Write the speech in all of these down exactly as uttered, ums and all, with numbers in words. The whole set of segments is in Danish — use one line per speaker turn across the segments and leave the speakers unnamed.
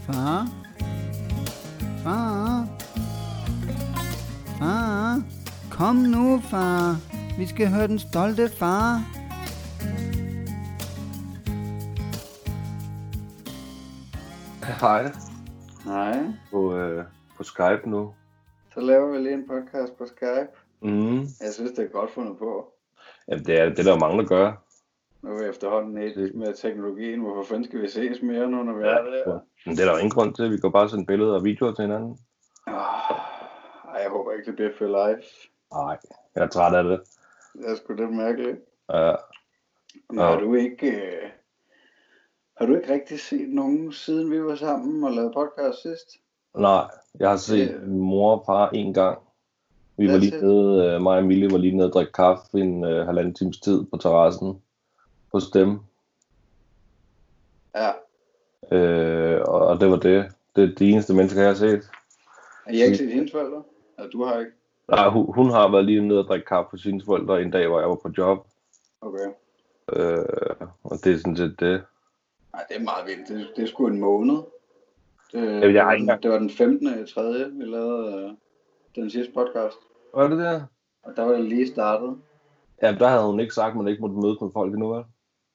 Far? Far? Far? Kom nu, far. Vi skal høre den stolte far.
Hej.
Hej.
På, øh, på Skype nu.
Så laver vi lige en podcast på Skype.
Mm.
Jeg synes, det er godt fundet på.
Jamen, det er, det er der jo mange, der gør.
Nu er vi efterhånden helt med teknologien. Hvorfor fanden skal vi ses mere nu, når vi
Ja,
er der?
Men det er der jo ingen grund til. Vi kan bare sende billeder og videoer til hinanden.
Oh, ej, jeg håber ikke, det bliver for live.
Nej, jeg er træt af det.
Det er sgu lidt mærkeligt.
Ja.
Men har du ikke... Øh... Har du ikke rigtig set nogen, siden vi var sammen og lavede podcast sidst?
Nej, jeg har set
Øh.
min mor og far en gang. Vi var
That's
lige
it.
nede, øh, mig og Emilie var lige nede og drikke kaffe en øh, halvanden times tid på terrassen hos dem.
Ja.
Øh, og, og det var det. Det er de eneste mennesker, jeg har set.
Har I ikke set hendes forældre? Ja, du har ikke.
Nej, hun, hun har været lige nede og drikke kaffe hos sine forældre en dag, hvor jeg var på job.
Okay.
Øh, og det er sådan set det.
Nej, det er meget vildt. Det, det er sgu en måned. Det,
Jamen, jeg har
det,
ikke
var,
engang-
den, det var den femtende tredje vi lavede øh, den sidste podcast.
Var det der?
Og der var det lige startet.
Ja, der havde hun ikke sagt, at man ikke måtte mødes med folk endnu, vel?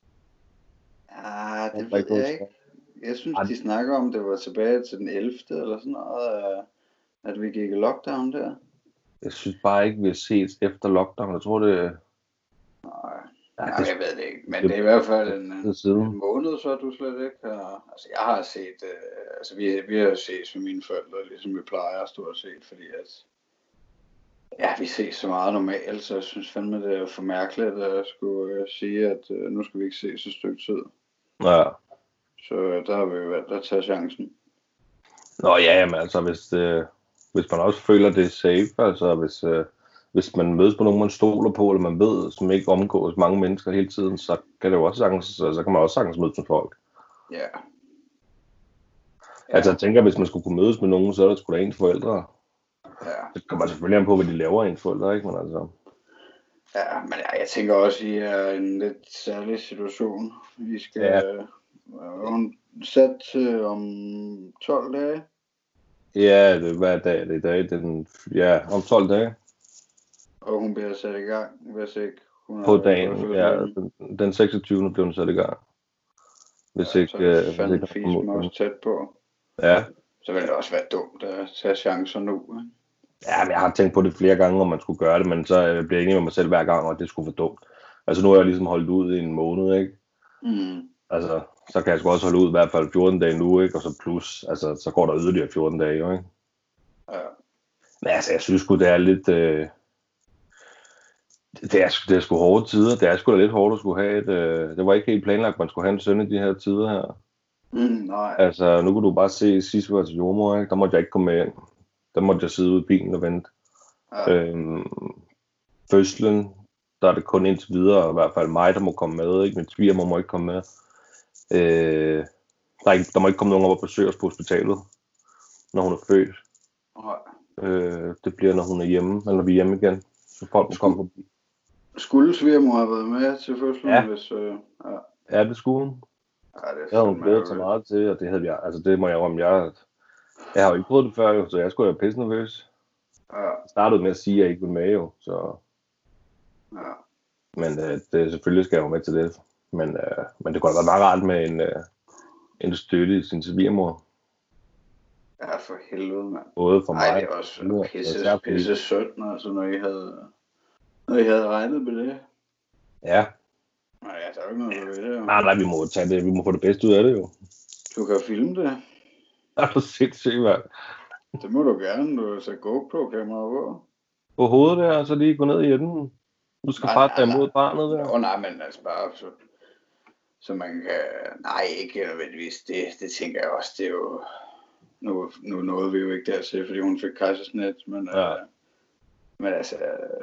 Ah, det
Der er
ved jeg
ikke
ikke. Jeg synes,
Ej.
de snakker om, det var tilbage til den ellevte eller sådan noget, øh, at vi gik i lockdown der.
Jeg synes bare ikke, vi har set efter lockdown. Jeg tror, det er...
Nej,
Ja,
nej
det
jeg ved det ikke. Men det er i hvert fald en,
er siden.
en måned, så du slet ikke har... Altså, jeg har set... Øh, altså, vi, vi har set med mine forældre, ligesom vi plejer stort set, fordi at... Ja, vi ses så meget normalt, så jeg synes fandme, det er for mærkeligt, at jeg skulle øh, sige, at øh, nu skal vi ikke ses et stykke tid.
Ja.
Så øh, der har vi jo valgt at tage chancen.
Nå ja, men altså, hvis, det, hvis man også føler, det er safe, altså hvis, øh, hvis man mødes på nogen, man stoler på, eller man ved, som ikke omgås mange mennesker hele tiden, så kan det jo også sagtens, så, så kan man også sagtens mødes med folk.
Ja. Ja.
Altså jeg tænker, hvis man skulle kunne mødes med nogen, så er der sgu da ens forældre.
Ja.
Det kommer selvfølgelig an på, hvad de laver ens forældre, ikke? Men altså...
Ja, men jeg, jeg tænker også, at I er i en lidt særlig situation. Vi skal
Ja.
ja. Hun sat til om tolv dage.
Ja, det, hvad er dag? Det er i dag, det er den, ja, om tolv dage.
Og hun bliver sat i gang, hvis ikke hun
På
har
dagen,
fået
ja,
løn.
den, den seksogtyvende blev den sat i gang. Hvis
Ja,
ikke...
så er det
øh,
fandme
hvis ikke
fisk også tæt på.
Ja.
Så vil det også være dumt at tage chancer nu. Ikke?
Ja, men jeg har tænkt på det flere gange, om man skulle gøre det, men så øh, bliver jeg enig med mig selv hver gang, og det skulle for dumt. Altså nu har jeg ligesom holdt ud i en måned, ikke?
Mm.
Altså, så kan jeg sgu også holde ud i hvert fald fjorten dage nu, ikke? Og så plus, altså, så går der yderligere fjorten dage, jo, ikke?
Ja.
Men altså, jeg synes sgu, det er lidt... Øh... Det er, sgu- det er sgu hårde tider. Det er sgu da lidt hårdt at skulle have et... Øh... Det var ikke helt planlagt, at man skulle have en søn i de her tider her.
Mm, nej.
Altså, nu kunne du bare se, sidst vi var til jordmor, ikke? Der måtte jeg ikke komme med ind. Der måtte jeg sidde ude i bilen og vente.
Ja.
Øhm, fødslen, der er det kun indtil videre, i hvert fald mig, der må komme med, ikke? Min svigermor må ikke komme med. Øh, der, er ikke, der må ikke komme nogen op og besøge os på hospitalet, når hun er født.
Nej.
Øh, det bliver, når hun er hjemme, eller når vi er hjemme igen. Så folk må komme forbi.
Skulle svigermor have været med til fødslen,
Ja.
hvis... Øh, ja.
Ja, det skulle hun.
Ja, det er
Det havde hun
fandme
glædet sig
ærgerligt.
meget til, og det havde jeg, altså det må jeg om, jeg, jeg har jo ikke prøvet det før, jo, så jeg skulle være pisse nervøs.
Ja,
Jeg startede med at sige, at jeg ikke ville med, jo, så...
ja.
Men øh, det, selvfølgelig skal jeg jo med til det. Men, øh, men det kunne da være meget rart med en, øh, en støtte i sin svigermor.
Ja, for helvede, mand.
Både for
Nej,
mig
det er også
og
pisse,
især for
pisse synd, altså, når I havde, når I havde regnet med det.
Ja,
Nej, ja, der er jo ikke noget ved det, jo.
nej, nej, vi må tage det. Vi må få det bedste ud af det, jo.
Du kan filme det.
Er du sindssygt, mand?
Det må du gerne. Du har sat GoPro-kamera på.
På hovedet der, og så lige gå ned i enden. Du skal
Nej,
bare
nej,
tage
nej.
imod barnet der.
Nå, nej, men altså bare så, så man kan... Nej, ikke nødvendigvis. Det, det tænker jeg også. Det er jo... Nu, nu nåede vi jo ikke dertil, fordi hun fik kejsersnit, men...
Ja.
Øh, men altså... Øh,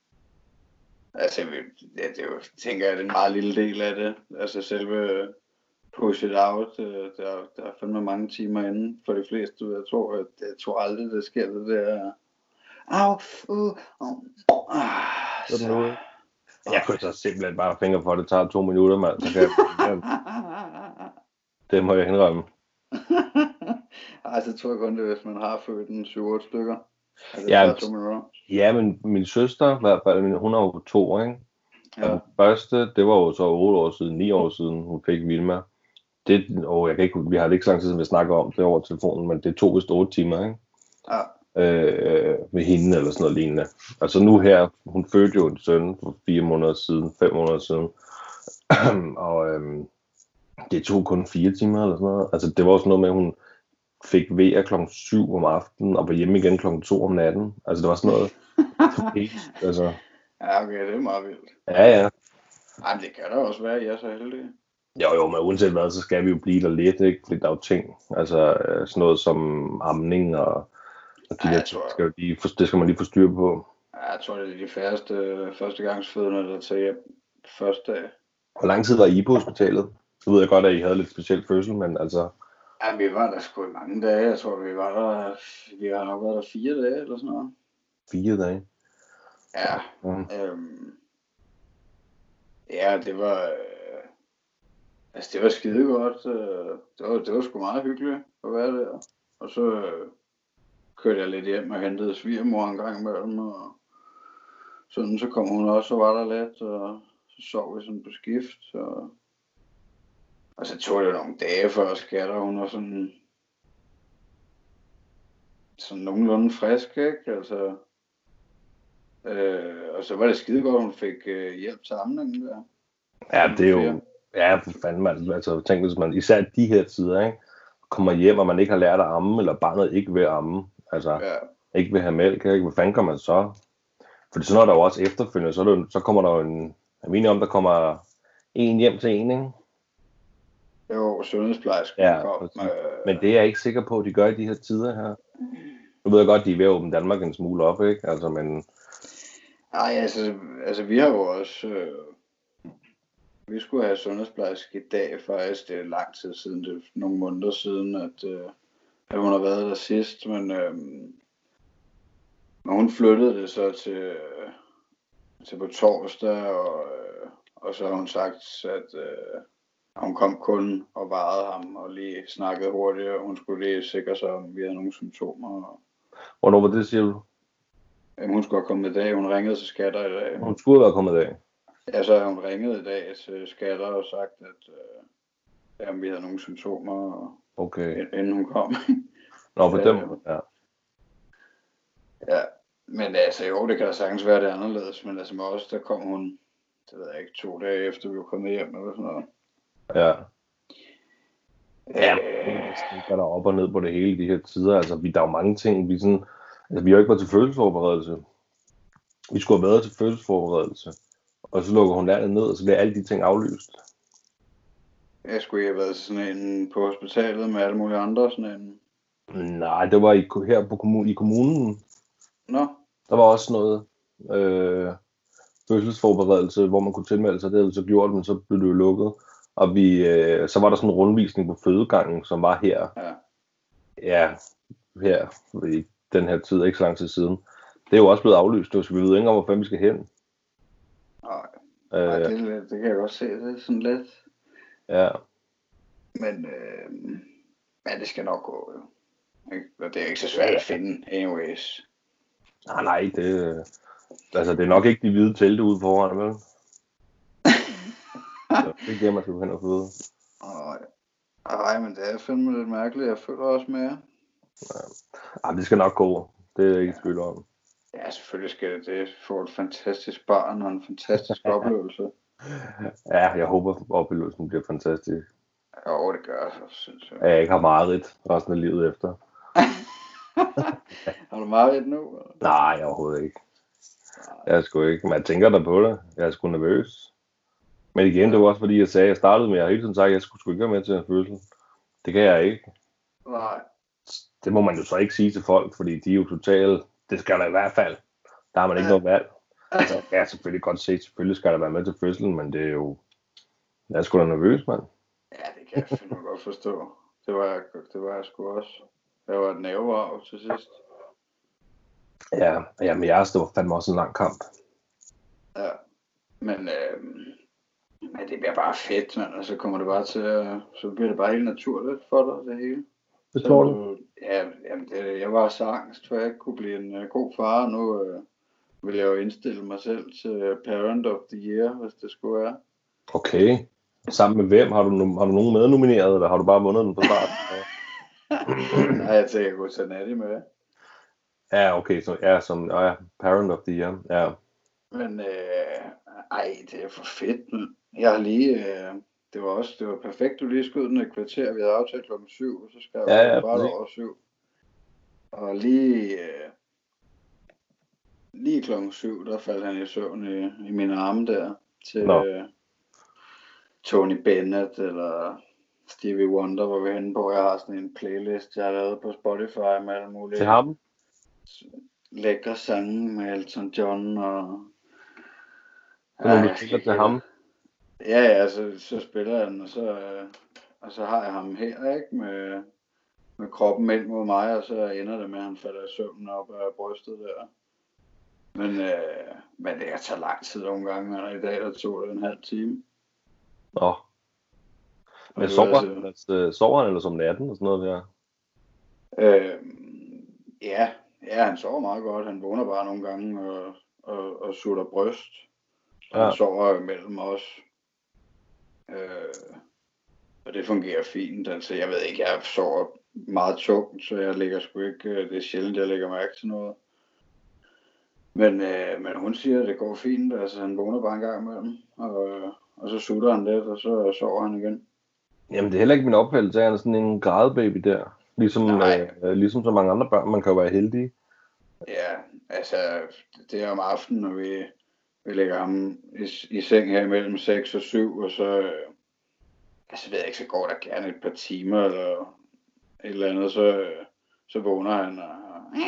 altså, vi- det, det er jo, tænker jeg, det er en meget lille del af det. Altså selve push it out, øh, der, der er fandme mange timer inden for de fleste. Jeg tror, at, jeg tror aldrig, det sker det der... Au, uh, uh, ah,
Sådan
så...
noget. Jeg kunne så simpelthen bare fingre for, at det tager to minutter, mand. Så kan jeg... Det må jeg indrømme.
Ej, så tror jeg kun det, hvis man har født en syv otte stykker. Er det
Ja,
tager to minutter?
Ja, men min søster, i hvert fald, min- hun er jo to, ikke? Og
Ja.
den første, det var jo så otte år siden, ni år siden, hun fik Vilma. Det, og jeg kan ikke, vi har det ikke så lang tid siden, vi snakker om det over telefonen, men det tog vist otte timer, ikke?
Ja.
Øh, med hende eller sådan noget lignende. Altså nu her, hun fødte jo en søn for fire måneder siden, fem måneder siden. og øhm, det tog kun fire timer eller sådan noget. Altså det var også noget med, at hun fik vejr klokken syv om aftenen, og var hjemme igen klokken to om natten. Altså det var sådan noget. altså.
Ja, okay, det er meget vildt.
Ja, ja.
Ej, men det kan da også være, at jeg er så heldig.
Jo, jo, men uanset hvad, så skal vi jo blive der lidt, ikke? Fordi der er jo ting, altså øh, sådan noget som amning og, og de
Ej,
der
jeg
ting,
tror-
skal jo lige, for- det skal man lige få styr på.
Ja, jeg tror, det er de færreste førstegangsfødende, der tager hjem første dag.
Hvor lang tid var I på hospitalet? Så ved jeg godt, at I havde lidt speciel fødsel, men altså
Ja, vi var der sgu i mange dage. Jeg tror, vi var der, vi har nok været der fire dage eller sådan noget.
fire dage.
Ja,
Ja.
øhm, ja, det var, øh, altså det var skide godt. Øh, det, var, det var sgu meget hyggeligt at være der. Og så øh, kørte jeg lidt hjem og hentede svigermor en gang imellem, og sådan, så kom hun også og var der lidt, og så sov vi sådan på skift, og, og så tog det nogle dage før skatter, hun var sådan, sådan nogenlunde frisk, ikke? Altså, øh, og så var det skide godt, hun fik øh, hjælp til amningen der.
Ja, det er jo, ja, for fanden man, altså tænk hvis man, især de her tider, ikke, kommer hjem, og man ikke har lært at amme, eller barnet ikke vil amme, altså
Ja,
ikke vil have mælk, ikke? Hvad fanden gør man så? Fordi så når der jo også efterfølgende, så, er det, jo- så kommer der jo en, jeg mener om, der kommer en hjem til en, ikke?
jo, sundhedsplejersken
Ja,
kom.
præcis.
Øh,
Men det er jeg ikke sikker på, at de gør i de her tider her. Nu ved jeg godt, at de er ved at åbne Danmark en smule op, ikke? Altså, men
Nej, altså, altså vi har jo også, øh, vi skulle have sundhedsplejerske i dag faktisk, det er lang tid siden, det er nogle måneder siden, at, øh, at hun har været der sidst, men, øh, men hun flyttede det så til, øh, til på torsdag, og, øh, og så har hun sagt, at øh, hun kom kun og varede ham, og lige snakkede hurtigt, og hun skulle lige sikre sig, om vi havde nogle symptomer. Og,
hvornår var det, siger du?
jamen, hun skulle have kommet i dag, hun ringede til skatter i dag.
Hun skulle være kommet i dag.
Ja, så har hun ringet i dag til skatter og sagt, at øh, ja, om vi havde nogle symptomer, og,
Okay.
inden hun kom.
Nå, på
Ja.
dem. Ja.
Ja, men altså jo, det kan da sagtens være det anderledes, men altså med os, der kom hun, det ved jeg ikke, to dage efter vi var kommet hjem eller sådan noget.
Ja. Ja,
Øh,
det går der op og ned på det hele i de her tider. Altså, vi, der er jo mange ting, vi sådan... Altså, vi har jo ikke været til fødselsforberedelse. Vi skulle have været til fødselsforberedelse. Og så lukker hun landet ned, og så bliver alle de ting aflyst.
jeg skulle ikke have været sådan en på hospitalet med alle mulige andre, sådan en.
Nej, det var i, her på kommun, i kommunen.
Nå,
Der var også noget øh, fødselsforberedelse, hvor man kunne tilmelde sig. Det havde vi så gjort, men så blev det jo lukket. Og vi, øh, så var der sådan en rundvisning på fødegangen, som var her.
ja.
Ja, her i den her tid, ikke så lang tid siden. Det er jo også blevet aflyst, så vi ved ikke om, hvor fanden vi skal hen.
Nej,
Øh,
nej, det, er lidt- det kan jeg godt se, det er sådan lidt.
ja,
Men, øh, men det skal nok gå, jo. Ikke? Og det er ikke så svært at finde, anyways.
nej, nej, det, altså, det er nok ikke de hvide telte ude foran, vel? Så det er ikke det, man skal gå hen og føde.
Nej, nej, men det er fandme lidt mærkeligt. Jeg føler også med jer.
Ej, det skal nok gå. Det er jeg ikke i tvivl om.
Ja, selvfølgelig skal det det. Få et fantastisk barn og en fantastisk oplevelse.
Ja, jeg håber, oplevelsen bliver fantastisk.
Jo, det gør jeg, synes jeg.
At jeg ikke har mareridt resten af livet efter.
Har du meget nu? Eller?
Nej, overhovedet ikke. Jeg er sgu ikke. Men jeg tænker der på det. Jeg er sgu nervøs. Men igen, det var også fordi, jeg sagde, at jeg startede med, at jeg hele tiden sagt, at jeg skulle sgu ikke være med til en fødsel. Det kan jeg ikke.
Nej.
Det må man jo så ikke sige til folk, fordi de er jo totalt... Det skal der i hvert fald. Der har man ikke noget valg. Altså, jeg kan selvfølgelig godt se, selvfølgelig skal der være med til fødslen, men det er jo... Jeg er sgu da nervøs, mand.
Ja, det kan jeg fandme godt forstå. Det var jeg, det var jeg sgu også. Jeg var et nervearv til sidst.
Ja, ja, men jeg det var fandme også en lang kamp.
Ja. Men, øh, men det bliver bare fedt, mand. Og så kommer det bare til at... Så bliver det bare helt naturligt for dig, det hele.
Det tror du?
Ja, jamen det, jeg var så angst for, at jeg ikke kunne blive en uh, god far. Nu uh, vil jeg jo indstille mig selv til Parent of the Year, hvis det skulle være.
Okay. Sammen med hvem? Har du, har du nogen mednomineret, eller har du bare vundet den på start?
Nej, jeg tænker, jeg kunne tage Natty med.
Ja, okay. Så, ja, som ja, Parent of the Year. Ja.
Men øh, ej, det er for fedt. Men jeg har lige... Øh, det var også det var perfekt, du lige skød den et kvarter. Vi havde aftalt klokken syv, og så skal jeg
Ja, ja,
bare
præcis.
over syv. Og lige... Øh, lige klokken syv, der faldt han i søvn i, i mine arme der. Til
Nå.
øh, Tony Bennett eller Stevie Wonder, hvor vi er henne på. Jeg har sådan en playlist, jeg har lavet på Spotify med alle mulige...
Til ham?
Lækre sange med Elton John og...
Så når du tænker til ham?
Ja, ja, så, så spiller jeg den, og så, øh, og så har jeg ham her, ikke, med, med kroppen ind mod mig, og så ender det med, at han falder i søvnen op af brystet der. Men, øh, men det kan tage lang tid nogle gange, og i dag der tog det en halv time.
Nå. Men
Og
sover
altså-
han, altså, sover han ellers om natten og sådan noget der?
Øh, ja, ja, han sover meget godt. Han vågner bare nogle gange og, og, og sutter bryst. Og
Ja.
han sover jo imellem os. Øh, og det fungerer fint. Altså, jeg ved ikke, jeg sover meget tungt, så jeg lægger sgu ikke, øh, det er sjældent, jeg lægger mærke til noget. Men, øh, men hun siger, at det går fint. Altså, han vågner bare en gang imellem, og, øh, og så sutter han lidt, og så sover han igen.
Jamen, det er heller ikke min opfattelse, at han er sådan en grædebaby der. Ligesom,
Nej.
øh, ligesom så mange andre børn, man kan jo være heldig.
Ja, altså, det er om aftenen, når vi, vi lægger ham i, i seng her mellem seks og syv, og så, øh, altså ved jeg ikke, så går der gerne et par timer, eller et eller andet, så, øh, så vågner han, og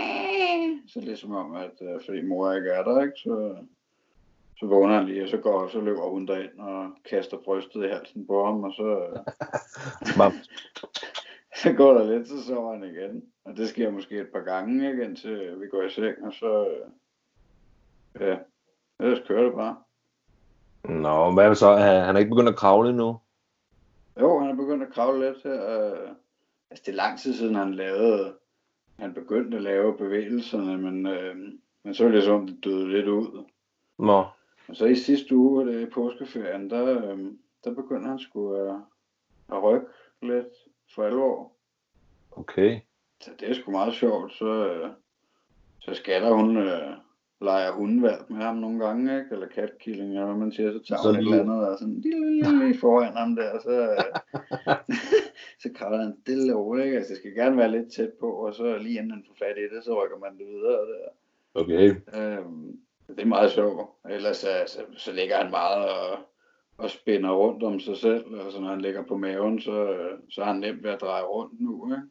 så ligesom om, at øh, fordi mor ikke er der, ikke, så, så vågner han lige, og så går så løber hun derind og kaster brystet i halsen på ham, og så, øh,
Mam.
så går der lidt, så sover han igen. Og det sker måske et par gange, ikke, indtil vi går i seng, og så, øh, ja, ellers kører det bare.
Nå, hvad er det så? Han han er ikke begyndt at kravle endnu?
Jo, han er begyndt at kravle lidt her. Øh, altså, det er lang tid siden, han lavede, han begyndte at lave bevægelserne, men, øh, men så var det som om, det døde lidt ud.
Nå,
Og så i sidste uge, det er i påskeferien, der, øh, der begyndte han sgu at, at rykke lidt for alvor.
okay.
Så det er sgu meget sjovt. Så, øh, så skatter hun, øh, leger hundevalg med ham nogle gange, ikke? Eller katkilling, eller hvad man siger, så tager
Så
hun et
lige-
eller andet, og sådan lige foran ham der, og så, øh, så kravler han stille over, ikke? Altså, det skal gerne være lidt tæt på, og så lige inden han får fat i det, så rykker man det videre der.
Okay.
Øhm, det er meget sjovt. Ellers så, så, så ligger han meget og, og spænder rundt om sig selv. Altså når han ligger på maven, så, så er han nemt ved at dreje rundt nu. Ikke?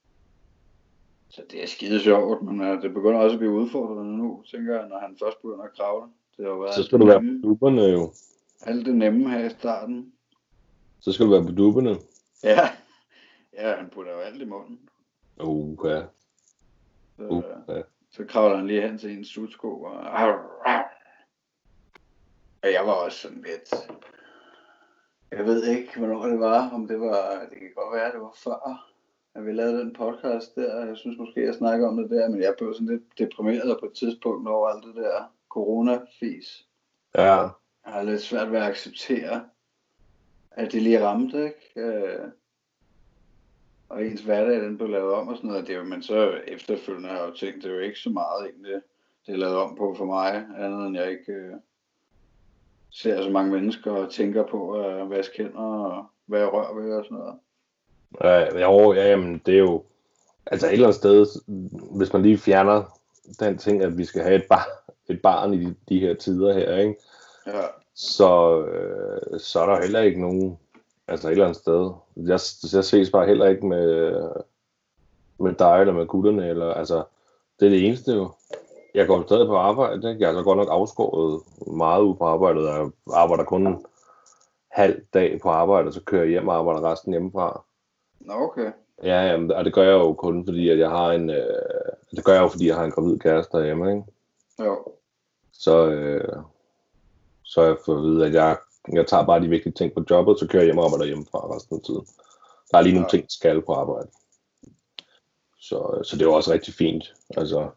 Så det er skide sjovt, men uh, det begynder også at blive udfordrende nu, tænker jeg, når han først begynder at kravle. Det har jo været
Så
alt
skal
det
du være
nemme-
på dupperne jo.
alt det nemme her i starten.
Så skal du være på dupperne.
Ja, ja, han putter jo alt i munden.
Uh, ja.
Så,
Uh, ja.
Så kravler han lige hen til en sutsko og... Og jeg var også sådan lidt... Jeg ved ikke, hvornår det var, om det var... Det kan godt være, at det var før, at vi lavede den podcast der. Jeg synes måske, jeg snakker om det der, men jeg blev sådan lidt deprimeret på et tidspunkt over alt det der corona-fis.
Ja.
Jeg har lidt svært ved at acceptere, at det lige ramte, ikke? Øh, og ens hverdag, den blev lavet om og sådan noget. Det er jo, men så efterfølgende har jeg jo tænkt, det er jo ikke så meget egentlig, det er lavet om på for mig, andet end jeg ikke øh, ser så mange mennesker og tænker på at vaske hænder og hvad jeg rører ved og sådan noget.
Ja, jo, ja, jamen, det er jo... Altså et eller andet sted, hvis man lige fjerner den ting, at vi skal have et, bar, et barn i de, de her tider her, ikke?
Ja,
Så, øh, så er der heller ikke nogen... Altså et eller andet sted. Jeg, jeg ses bare heller ikke med, med dig eller med gutterne. Eller, altså, det er det eneste jo. Jeg går stadig på arbejde. Ikke? Jeg er så godt nok afskåret meget ude på arbejdet. Jeg arbejder kun en halv dag på arbejde, og så kører jeg hjem og arbejder resten hjemmefra.
nå okay.
Ja, jamen, og det gør jeg jo kun fordi, at jeg har en... Øh, det gør jeg jo fordi, jeg har en gravid kæreste derhjemme, ikke?
Jo,
Så, øh, så jeg får at vide, at jeg, jeg tager bare de vigtige ting på jobbet, så kører jeg hjem og arbejder hjemmefra resten af tiden. Der er lige nogle
Ja.
ting, der skal på arbejde. Så, så det var også rigtig fint. Altså.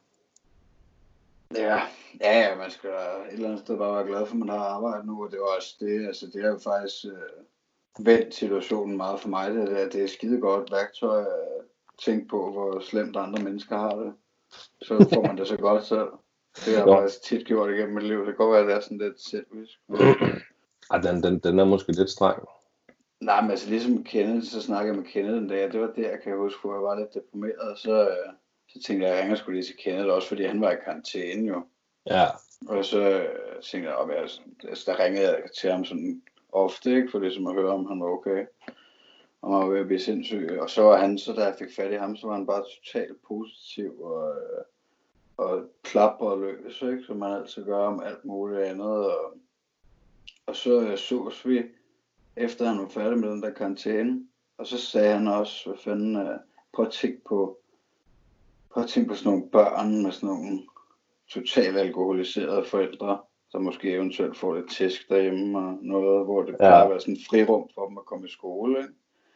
Ja, ja, ja, man skal et eller andet sted bare være glad for, at man har arbejdet nu, og det var også det, altså det er jo faktisk øh, vendt situationen meget for mig, det, det, det er skide godt værktøj at tænke på, hvor slemt andre mennesker har det. Så får man det så godt selv. Det har jeg faktisk tit gjort igennem mit liv. Det kan godt være, at det er sådan lidt selvisk.
Ej, den, den, den er måske lidt streng.
Nej, men altså ligesom Kenneth, så snakkede jeg med Kenneth den dag, det var der, jeg kan huske, hvor jeg var lidt deprimeret, så, øh, så tænkte jeg, at jeg ringer sgu lige til Kenneth, også fordi han var i karantæne jo.
Ja.
Og så øh, tænkte jeg, at altså, der ringede jeg til ham sådan ofte, ikke, for ligesom at høre, om han var okay. Og man var ved at blive sindssyg. Og så var han, så da jeg fik fat i ham, så var han bare totalt positiv og, øh, og klapper og løs, ikke, som man altid gør om alt muligt andet. Og, og så øh, sås vi, efter han var færdig med den der karantæne, og så sagde han også, hvad fanden, uh, prøv at tænke på, prøv at tænke på sådan nogle børn med sådan nogle totalt alkoholiserede forældre, der måske eventuelt får lidt tæsk derhjemme og noget, hvor det plejer ja. at være sådan en frirum for dem at komme i skole, ikke?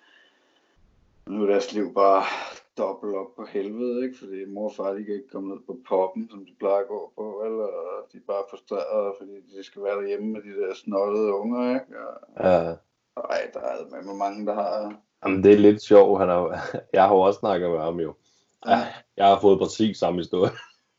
Nu er deres liv bare dobbelt op på helvede, ikke? Fordi mor og far, de kan ikke komme ned på poppen, som de plejer at gå på, eller de er bare frustrerede, fordi de skal være derhjemme med de der snottede unger, ikke? Og,
ja.
Ej, der er med mange, der har...
Jamen, det er lidt sjovt. Han er... Jeg har jo også snakket med ham jo. Ja. Jeg har fået præcis samme historie.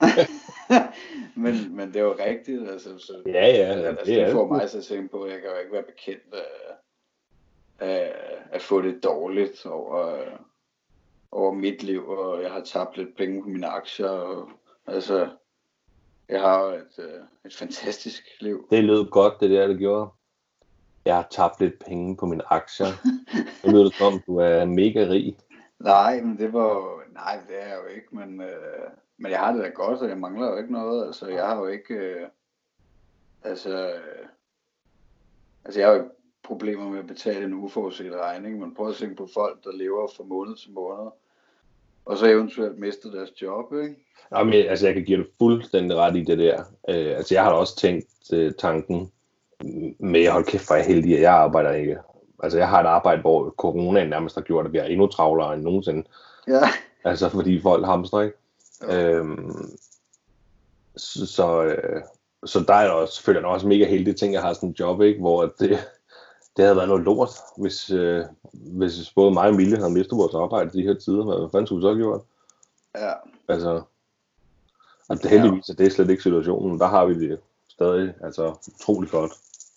men, men det er jo rigtigt, altså. Så,
ja, ja.
Altså,
det,
det får mig til at tænke på, at jeg kan jo ikke være bekendt af, af at få det dårligt over, over mit liv, og jeg har tabt lidt penge på mine aktier, og altså, jeg har jo et, et fantastisk liv.
Det lød godt, det der, det gjorde. Jeg har tabt lidt penge på mine aktier. Det lyder som om, du er mega rig.
Nej, men det var nej, det er jeg jo ikke, men, øh, men jeg har det da godt, og jeg mangler jo ikke noget. Altså, jeg har jo ikke, øh, altså, øh, altså, jeg har jo ikke problemer med at betale en uforudset regning, men prøv at tænke på folk, der lever fra måned til måned, og så eventuelt mister deres job, ikke?
Jamen, altså, jeg kan give dig fuldstændig ret i det der. Øh, altså, jeg har da også tænkt øh, tanken, med hold kæft, hvor jeg er heldig, at jeg arbejder ikke. Altså, jeg har et arbejde, hvor coronaen nærmest har gjort, at vi er endnu travlere end nogensinde.
Ja.
Altså, fordi folk hamstrer, ikke? Ja. Øhm, så, så, øh, så der er jeg også, føler jeg også mega heldig, ting, jeg har sådan en job, ikke? Hvor det, det havde været noget lort, hvis, øh, hvis både mig og Mille havde mistet vores arbejde de her tider. Hvad fanden skulle vi så have gjort?
Ja.
Altså, og det heldigvis, at det er slet ikke situationen. Der har vi det stadig, altså, utroligt godt.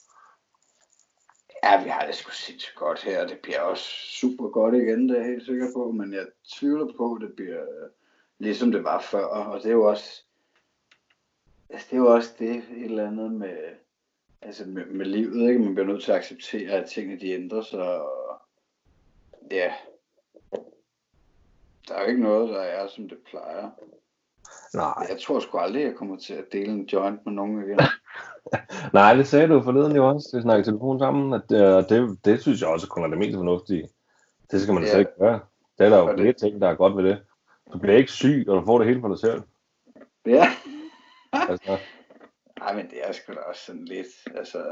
Ja, vi har det sgu sindssygt godt her, det bliver også super godt igen, det er jeg helt sikker på, men jeg tvivler på, at det bliver ligesom det var før, og det er jo også, altså det er jo også det, et eller andet med, altså med, med livet, ikke? Man bliver nødt til at acceptere, at tingene de ændrer sig, og ja, der er jo ikke noget, der er, som det plejer.
Nej.
Jeg tror sgu aldrig, jeg kommer til at dele en joint med nogen igen.
Nej, det sagde du forleden jo også. Vi snakkede telefon sammen, at det, det, det synes jeg også kun er det mest fornuftige. Det skal man ja. ikke gøre. Det er der jo flere ting, der er godt ved det. Du bliver ikke syg, og du får det hele for dig selv.
Ja.
altså.
Ej, men det er sgu da også sådan lidt, altså...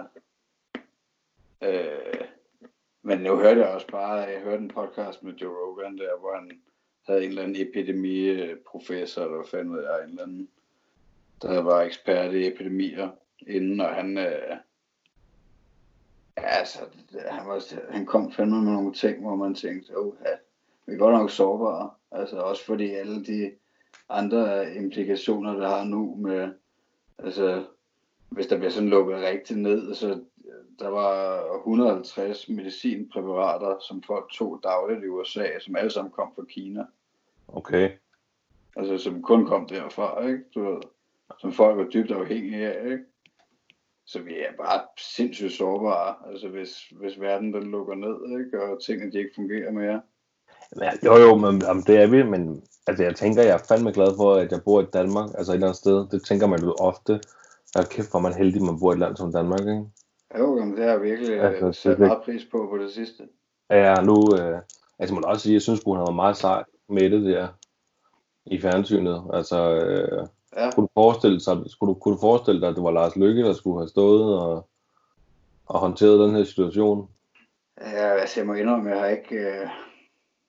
Øh, men nu hørte jeg også bare, jeg hørte en podcast med Joe Rogan der, hvor han havde en eller anden epidemiprofessor, eller hvad fanden ved jeg, en eller anden, der var ekspert i epidemier inden, og han, øh, ja, altså, han, var, han kom fandme med nogle ting, hvor man tænkte, åh, ja, vi er godt nok sårbare, altså også fordi alle de andre implikationer, der har nu med, altså, hvis der bliver sådan lukket rigtig ned, så der var et hundrede og halvtreds medicinpræparater, som folk tog dagligt i U S A, som alle sammen kom fra Kina.
Okay.
Altså, som kun kom derfra, ikke? Du ved, som folk var dybt afhængige af, ikke? Så vi er bare sindssygt sårbare, altså hvis, hvis verden den lukker ned, ikke? Og tingene de ikke fungerer mere.
Ja, jo jo, men jamen, det er vi, men altså, jeg tænker, jeg er fandme glad for, at jeg bor i Danmark, altså et eller andet sted. Det tænker man jo ofte. Jeg er kæft, hvor man heldig, at man bor i et land som Danmark, ikke?
Jo, men det har jeg virkelig altså, sat meget pris på på det sidste.
Ja, nu, øh, altså må da også sige, jeg synes, at hun har været meget sej med det der i fjernsynet. Altså, øh, ja. kunne, du forestille sig, skulle du, kunne du forestille dig, at det var Lars Løkke, der skulle have stået og, og håndteret den her situation?
Ja, altså jeg må indrømme, jeg har ikke, øh,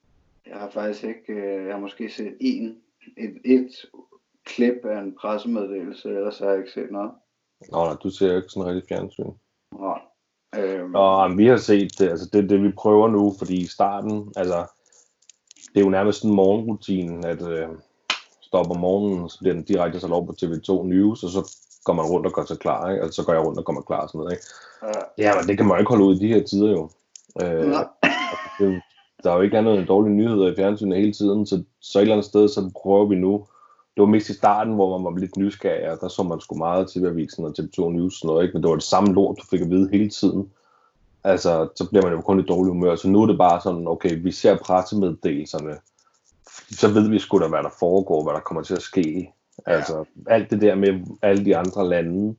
Jeg har faktisk ikke, øh, jeg har måske set en, et, et klip af en pressemeddelelse, ellers har jeg ikke set noget.
Nå, nej, du ser ikke sådan rigtig fjernsyn.
Nej. Øhm,
Nå, men vi har set det, altså det, det vi prøver nu, fordi i starten, altså, det er jo nærmest en morgenrutine, at øh, stopper om morgenen, så bliver den direkte så lov på T V to News, og så går man rundt og gør sig klar, ikke? Altså så går jeg rundt og kommer klar og sådan noget, ikke?
Ja.
Ja, men det kan man jo ikke holde ud i de her tider jo. Øh, det, der er jo ikke andet end dårlige nyheder i fjernsynet hele tiden, så, så et eller andet sted, så prøver vi nu. Det var mest i starten, hvor man var lidt nysgerrig, og der så man sgu meget T V-avisen og T V to News og sådan noget, ikke? Men det var det samme lort, du fik at vide hele tiden. Altså, så bliver man jo kun i dårlig humør, så nu er det bare sådan, okay, vi ser pressemeddelelserne, så ved vi sgu da, hvad der foregår, hvad der kommer til at ske. Altså, alt det der med alle de andre lande,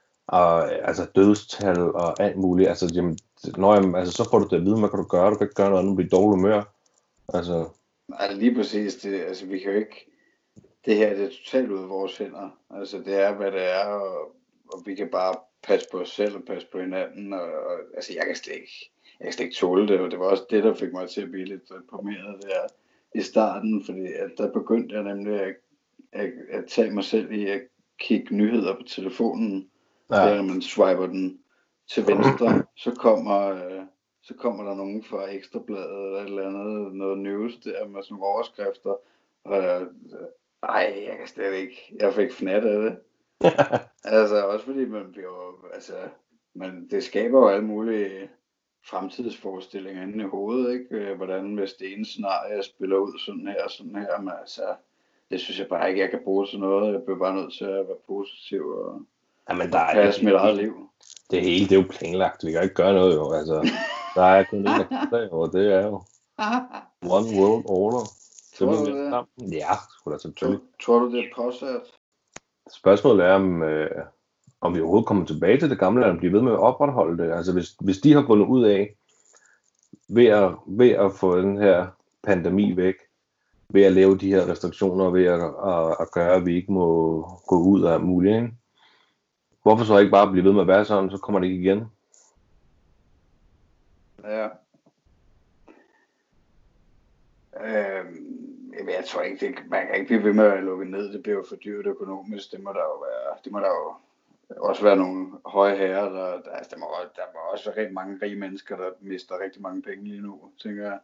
og altså dødstal og alt muligt, altså, jamen, når jeg, altså så får du det at vide, hvad kan du gøre, du kan ikke gøre noget andet, blive dårlig humør. Altså,
altså lige præcis, det, altså vi kan jo ikke, det her det er totalt ud af vores hænder, altså det er hvad det er, og, og vi kan bare passe på os selv og passe på hinanden, og, og altså jeg kan slet ikke, jeg kan slet ikke tåle det, og det var også det, der fik mig til at blive lidt deprimeret der i starten, fordi at der begyndte jeg nemlig at, at, at tage mig selv i at kigge nyheder på telefonen, ja. Der når man swiper den til venstre, så kommer, øh, så kommer der nogen fra Ekstrabladet eller et eller andet, noget news der med sådan nogle overskrifter, og øh, ej, jeg kan slet ikke, jeg fik fnat af det. Altså også fordi man bliver, altså, man, det skaber jo alle mulige fremtidsforestillinger inde i hovedet, ikke? Hvordan hvis det ene scenarie spiller ud sådan her og sådan her, men altså, det synes jeg bare ikke, jeg kan bruge til noget. Jeg bliver bare nødt til at være positiv og,
jamen, der
og passe mit eget liv.
Det hele, det er jo planlagt, vi kan ikke gøre noget jo, altså, der er kun en, der kan og det er jo one world order.
Tror du det?
Ja, sgu da selvfølgelig.
Tror du, det er påsat?
Spørgsmålet er, om, øh, om vi overhovedet kommer tilbage til det gamle, eller bliver ved med at opretholde det. Altså hvis, hvis de har fundet ud af, ved at, ved at få den her pandemi væk, ved at lave de her restriktioner, ved at, at, at gøre, at vi ikke må gå ud af muligt, ikke? Hvorfor så ikke bare blive ved med at være sådan, så kommer det ikke igen?
Ja. Øhm. Jeg tror ikke, det, man kan ikke blive ved med at lukke ned, det bliver jo for dyrt økonomisk, det må der jo være, det må der jo også være nogle høje herrer, der, der, altså, der, må, der må også være rigtig mange rige mennesker, der mister rigtig mange penge lige nu, tænker jeg.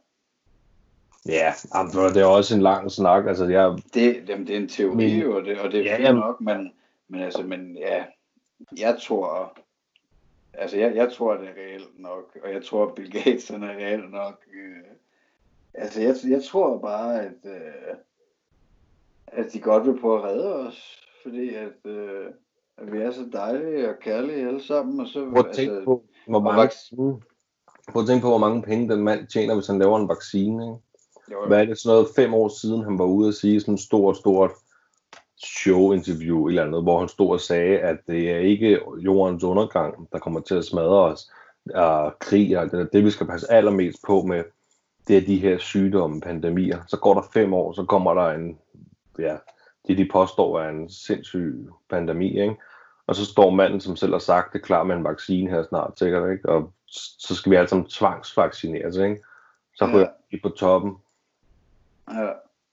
Ja, det er også en lang snak, altså jeg...
Det, jamen, det er en teori men, jo, og det, og det er ja, fint nok, men, men altså, men ja, jeg tror, altså jeg, jeg tror, det er reelt nok, og jeg tror, Bill Gates er reelt nok. øh, Altså, jeg, jeg tror bare, at, øh, at de godt vil prøve at redde os, fordi at, øh, at vi er så dejlige og kærlige alle sammen, og så...
Prøv at tænke altså, på, hvor mange, prøv at tænke på, hvor mange penge den mand tjener, hvis han laver en vaccine, ikke? Jo, jo. Hvad er det sådan noget fem år siden, han var ude og sige sådan et stort, stort show-interview eller andet, hvor han stod og sagde, at det er ikke jordens undergang, der kommer til at smadre os, og krig og det, det vi skal passe allermest på med, det er de her sygdomme, pandemier. Så går der fem år, så kommer der en, ja, det de påstår er en sindssyg pandemi, ikke? Og så står manden, som selv har sagt, det er klar med en vaccine her snart, sikkert, ikke? Og så skal vi alle sammen tvangsvaccineres, ikke? Så ryger vi på toppen.
Ja.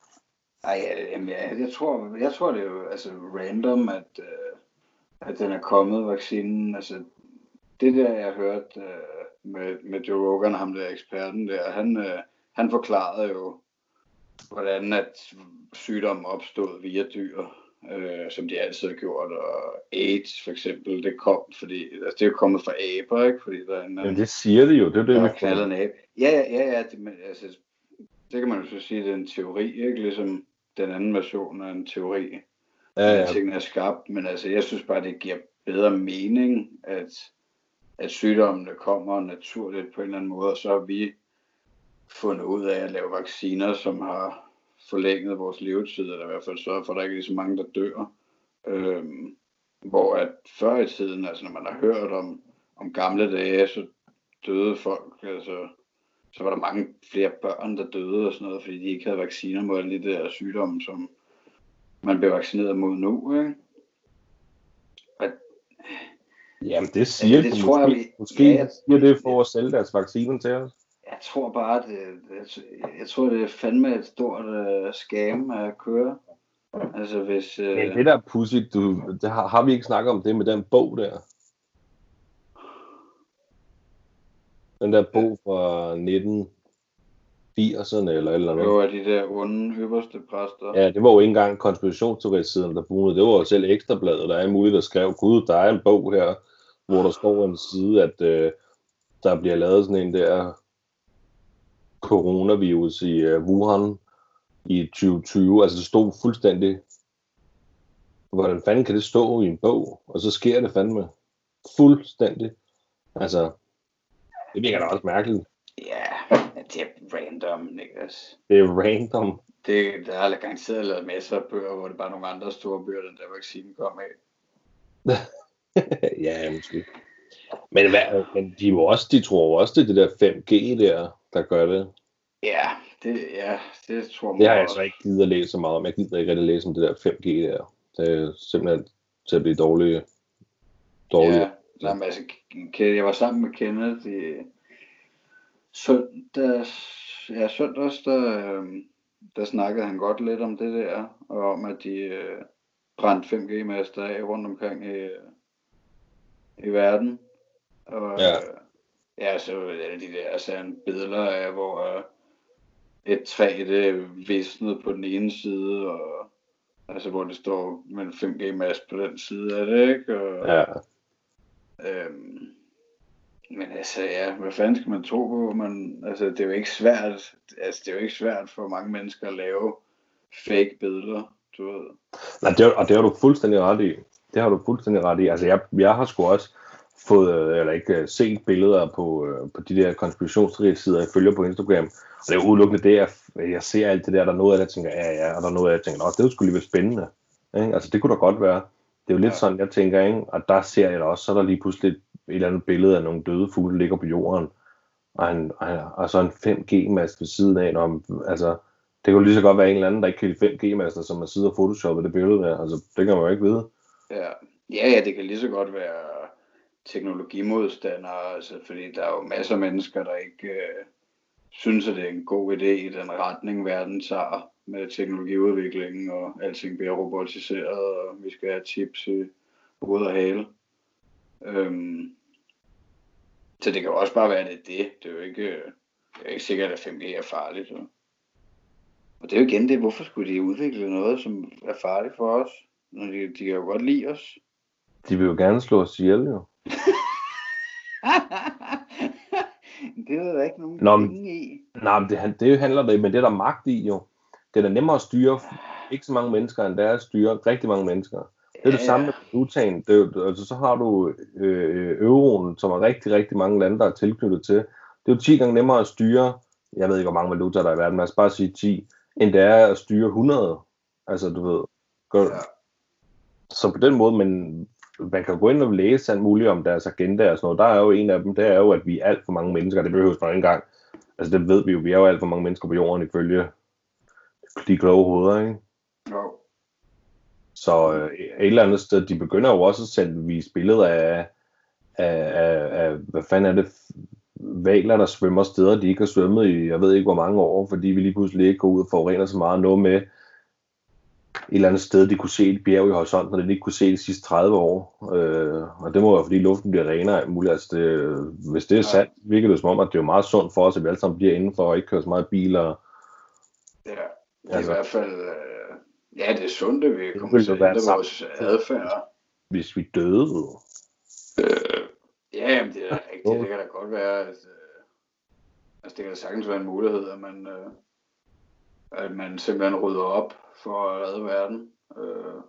Ej, jamen, jeg, jeg, tror, jeg tror, det er jo altså random, at, øh, at den er kommet, vaccinen. Altså, det der, jeg har hørt øh, med, med Joe Rogan, ham der eksperten der, han, øh, han forklarede jo, hvordan at sygdommen opstod via dyr, øh, som de altid har gjort, og AIDS for eksempel, det kom, fordi, altså det er jo kommet fra aber, ikke? Fordi der er en,
men det siger det jo, det er det,
der knaldet en abe. Ja, ja, ja, ja det, men, altså, det kan man jo så sige, det er en teori, ikke? Ligesom den anden version er en teori, ja, ja. At tingene er skabt, men altså, jeg synes bare, det giver bedre mening, at, at sygdommene kommer naturligt på en eller anden måde, og så har vi fundet ud af at lave vacciner, som har forlænget vores levetid, eller i hvert fald sørget for, at der ikke er så mange, der dør. Øhm, hvor at før i tiden, altså når man har hørt om, om gamle dage, så døde folk, altså så var der mange flere børn, der døde og sådan noget, fordi de ikke havde vacciner mod alle de der sygdomme, som man bliver vaccineret mod nu, ikke? Og,
jamen det siger
det, det tror
måske,
jeg, vi,
måske
ja, jeg,
siger det for at sælge deres vacciner til os.
jeg tror bare, det, det, jeg tror, det er fandme et stort uh, scam at køre. Altså hvis... Uh...
Men det der pudsigt, du, det har, har vi ikke snakket om det med den bog der? Den der bog fra nitten firserne eller eller andet.
Det var de der onde øverste præster.
Ja, det var jo ikke engang konspirationsteoretiserne, der brugte det. Det var jo selv Ekstrabladet, der er muligt, der skrev, gud, der er en bog her, hvor der står en side, at øh, der bliver lavet sådan en der coronavirus i øh, Wuhan i tyve tyve. Altså det stod fuldstændig, hvordan fanden kan det stå i en bog? Og så sker det fandme fuldstændig. Altså, det virker da også mærkeligt.
Ja, det er random, Niklas.
Det er random.
Det, der er garanteret lavet masser af bøger, hvor det bare er nogle andre store bøger, den der vaccinen kom af.
Ja, måske. Men, hvad, men de, jo også, de tror også, det er det der fem G der, der gør det.
Ja, det, ja, det tror jeg.
Det har jeg så ikke givet at læse så meget om. Jeg gider ikke rigtig læse om det der fem G der. Det er simpelthen til at blive dårlige. dårlige.
Ja, nej, altså, jeg var sammen med Kenneth i søndags, ja, søndags, der, øhm, der snakkede han godt lidt om det der, og om at de øh, brændte fem G-master af rundt omkring i, i verden. Og
Ja.
øh, ja, så er de der altså en billeder af, hvor øh, et træ, det visnede på den ene side, og altså hvor det står med en fem G-mast på den side af det, ikke? Og,
Ja.
øhm, men altså, ja, hvad fanden skal man tro på? Man, altså, det er jo ikke svært, altså, det er jo ikke svært for mange mennesker at lave fake billeder, du ved.
Nej, det, og det har du fuldstændig ret i. Det har du fuldstændig ret i. Altså, jeg, jeg har sgu også fået, eller ikke set billeder på, på de der konspirationsteoriesider, jeg følger på Instagram. Og det er jo udelukkende det, jeg, jeg ser alt det der, der er noget af det, jeg tænker, ja, ja, og der er noget af det, jeg tænker, det er jo sgu lige være spændende. Ikke? Altså, det kunne da godt være. Det er jo lidt ja. Sådan, jeg tænker, ikke? Og der ser jeg da også, så er der lige pludselig et eller andet billede af nogle døde fugle, der ligger på jorden, og, en, og så en fem G-mast ved siden af. Når, altså, det kunne lige så godt være en eller anden, der ikke kan lide fem G-master, som har siddet og photoshoppet det billede der. Altså, det kan man jo ikke vide.
Ja, ja, ja, det kan lige så godt være teknologimodstandere, altså, fordi der er jo masser af mennesker, der ikke øh, synes, at det er en god idé i den retning, verden tager med teknologiudviklingen, og alting bliver robotiseret, og vi skal have chips i hoved og hale. Øhm, så det kan jo også bare være, det det. Det er jo ikke, det er ikke sikkert, at fem G er farligt. Så. Og det er jo igen det, hvorfor skulle de udvikle noget, som er farligt for os? Når de, de kan jo godt lide os.
De vil jo gerne slå os ihjel, jo.
Det er der ikke nogen
Nå,
penge i.
Nej, men det, det handler det, men det er der magt i, jo. Det er da nemmere at styre ikke så mange mennesker, end det er at styre rigtig mange mennesker. Det er ja, det samme med valutaen. Det er jo, altså, så har du øh, euroen, som er rigtig, rigtig mange lande, der er tilknyttet til. Det er jo ti gange nemmere at styre, jeg ved ikke, hvor mange valutaer der er i verden, men lad os bare sige ti, end det er at styre hundrede. Altså, du ved. Godt. Ja. Så på den måde, men man kan gå ind og læse alt muligt om deres agenda og sådan noget. Der er jo en af dem, det er jo, at vi er alt for mange mennesker. Det behøves man ikke engang. Altså, det ved vi jo. Vi er jo alt for mange mennesker på jorden, ifølge de kloge hoveder, ikke?
Jo.
Så øh, et eller andet sted, de begynder jo også at sende vise billeder af, af, af, af, hvad fanden er det, valer, der svømmer steder, de ikke har svømmet i, jeg ved ikke hvor mange år, fordi vi lige pludselig ikke går ud og forurener så meget. Noget med et eller andet sted, de kunne se et bjerg i horisonten, og det de ikke kunne se de sidste tredive år. Øh, og det må være, fordi luften bliver renere og muligt. Altså det, hvis det er sandt, virker det som om, at det er meget sundt for os, at vi alle sammen bliver indenfor og ikke kører så meget biler.
Ja, det er
altså,
i hvert fald, øh, ja, det er sundt, at vi kommer til at ændre vores adfærd.
Hvis vi døde.
Øh, ja, jamen, det er rigtigt. Det kan da godt være, at øh, altså, det kan da sagtens være en mulighed, at man, øh, at man simpelthen rydder op for at redde verden. Øh,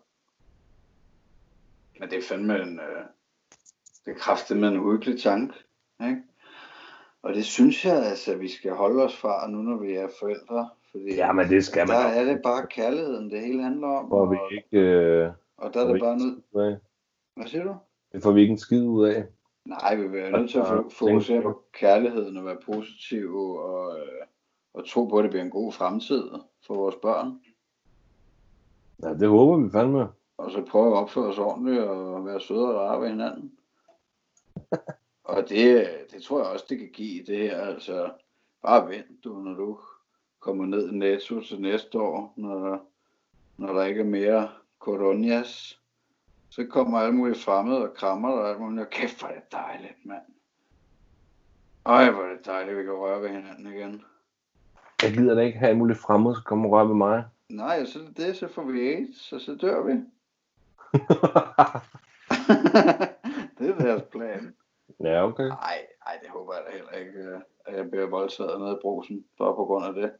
men det er fandme en, øh, det er kraftedeme en uhyggelig tanke, ikke? Og det synes jeg, altså, vi skal holde os fra nu, når vi er forældre. Fordi
ja, men det skal man.
Der er det bare kærligheden, det hele handler om.
Og,
og,
vi ikke, øh,
og der er det bare noget. Hvad siger du?
Det får vi ikke en skid ud af.
Nej, vi er nødt til at fokusere på kærligheden og være positive og, øh, og tro på, at det bliver en god fremtid for vores børn.
Ja, det håber vi fandme.
Og så prøve at opføre os ordentligt og være søde og rare ved hinanden. Og det, det tror jeg også, det kan give det her. Altså, bare vent du, når du kommer ned i Netto til næste år, når, når der ikke er mere coronas. Så kommer alle mulige fremmede og krammer dig og alt muligt. Og kæft, hvor er det dejligt, mand. Øj, hvor er det dejligt, vi kan røre ved hinanden igen.
Jeg gider da ikke have alle mulige fremmede, så kommer og røre ved mig.
Nej, så det, det så får vi AIDS, og så dør vi. Det er deres plan.
Ja, okay.
Nej, nej, det håber jeg da heller ikke, at jeg bliver voldtaget nede i brusen, bare på grund af det.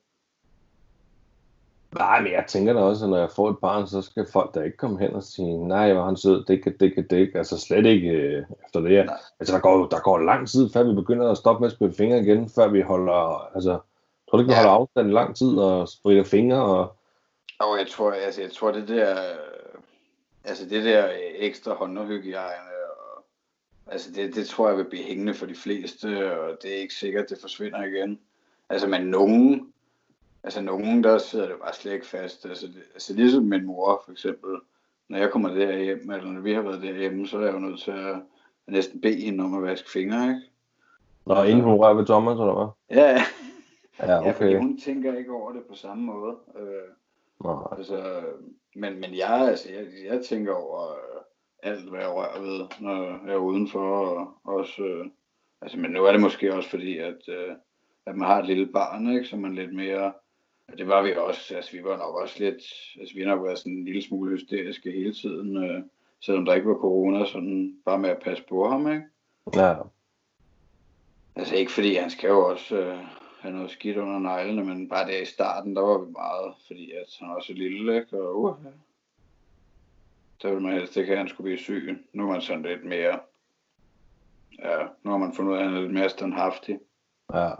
Nej, men jeg tænker da også, at når jeg får et barn, så skal folk da ikke komme hen og sige, nej, hvor han sød, dække, dække, dække. Altså slet ikke øh, efter det her. Nej. Altså der går, der går lang tid, før vi begynder at stoppe med at spille fingre igen, før vi holder, altså, tror du ikke, vi ja. holder afstand i lang tid og spritter fingre og...
Og jeg tror, altså, jeg tror det der, altså det der ekstra håndhygiejne, og, altså det, det tror jeg vil blive hængende for de fleste, og det er ikke sikkert, at det forsvinder igen. Altså men nogen, altså nogen, der sidder det bare slet ikke fast. Altså, det, altså ligesom min mor for eksempel, når jeg kommer derhjem, eller når vi har været derhjemme, så er jeg jo nødt til at, at næsten bede hende om at vaske fingre, ikke?
Nå, altså, inden hun rører ved Thomas, eller hvad?
Ja, ja.
Ja, okay.
Ja, fordi hun tænker ikke over det på samme måde. Øh,
Nej.
Altså, men, men jeg, altså, jeg, jeg tænker over øh, alt, hvad jeg rører ved, når jeg er udenfor. Og også, øh, altså, men nu er det måske også fordi, at, øh, at man har et lille barn, ikke, så man lidt mere, det var vi også, altså vi var nok også lidt, altså vi har nok været sådan en lille smule hysteriske hele tiden, øh, selvom der ikke var corona, sådan bare med at passe på ham, ikke?
Ja.
Altså ikke fordi, han skal jo også øh, have noget skidt under neglene, men bare der i starten, der var vi meget, fordi at han var så lille, ikke? Og uh, der ville man helst ikke have, at han skulle blive syg. Nu er man sådan lidt mere, ja, nu har man fundet ud af, at han er lidt mere standhaftig.
Ja.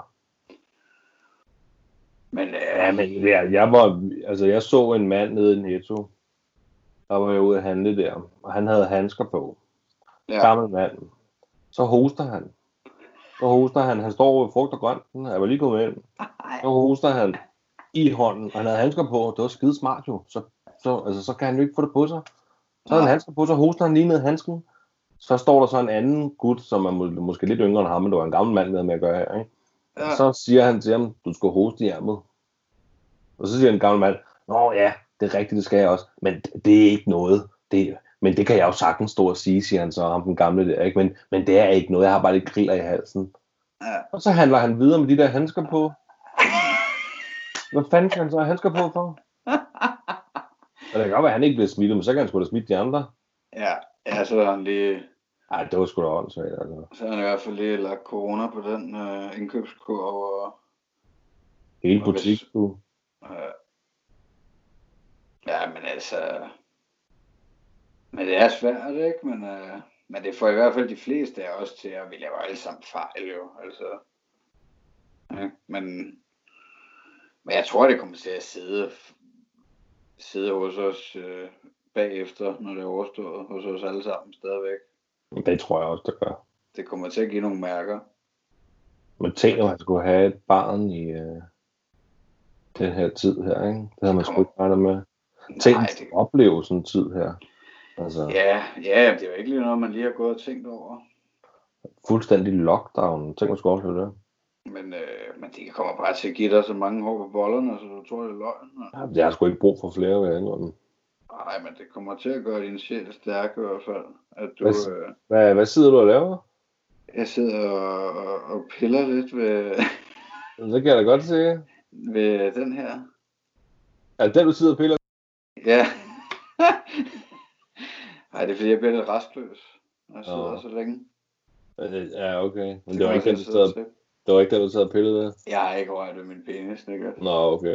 Men, øh,
ja, men ja, jeg var, altså jeg så en mand nede i Netto. Der var jeg ude at handle der, og han havde handsker på.
ja.
Gammel mand. Så hoster han. Så hoster han. Han står over frugt og grønt. Jeg var lige kommet ind. Så hoster han i hånden, og han havde handsker på. Det var skide smart jo. Så, så, altså, så kan han jo ikke få det på sig. Så havde han handsker på, så hoster han lige ned handsken. Så står der så en anden gut, som er må, måske lidt yngre end ham, men det var en gammel mand med, med at gøre her, ikke? Ja. Så siger han til ham, du skal hoste i ærmet. Og så siger en gammel mand, nå ja, det er rigtigt, det skal jeg også. Men det er ikke noget. Det, men det kan jeg jo sagtens stå og sige, siger han så, ham den gamle der, ikke? Men, men det er ikke noget, jeg har bare lidt griller i halsen.
Ja.
Og så handler han videre med de der handsker på. Hvad fanden kan han så have handsker på for? Og det kan godt være, at han ikke bliver smittet, men så kan han sgu da smitte de andre.
Ja, ja, så har han lige...
Ej, det var sgu da åndssvagt, altså.
Så har han i hvert fald lige lagt corona på den øh, indkøbskurv og...
Hele butik, du.
Øh, ja, men altså... Men det er svært, ikke? Men, øh, men det får i hvert fald de fleste af os til, at vi laver alle sammen fejl, jo. Altså... Ja, men... Men jeg tror, det kommer til at sidde... sidde hos os øh, bagefter, når det er overstået, hos os alle sammen stadigvæk.
Det tror jeg også, det gør.
Det kommer til at give nogle mærker.
Men tænk, at man skulle have et barn i øh, den her tid her, ikke? Det havde man sgu ikke regnet med. Tænk at det... opleve sådan en tid her. Altså,
ja, ja, det er jo ikke lige noget, man lige har gået og tænkt over.
Fuldstændig lockdown. Tænk, man skulle opleve det.
Men, øh, men det kommer bare til at give dig så mange hår på bollerne, så du tror, det er løgn.
Ja, jeg har sgu ikke brug for flere, vil jeg indrømme.
Nej, men det kommer til at gøre din sjæl stærk i hvert fald. At du,
hvad,
øh,
hvad, hvad sidder du og laver?
Jeg sidder og, og, og piller lidt ved...
Så kan jeg da godt se.
Ved den her.
Er det den, du sidder og piller?
Ja. Nej, det er fordi, jeg bliver lidt rastløs, når jeg sidder oh. så længe.
Ja, okay. Men det, det var ikke den, du sad, det var ikke den, du sad og pillede ved?
Jeg har ikke rørt ved min penis, ikke?
Nå, okay.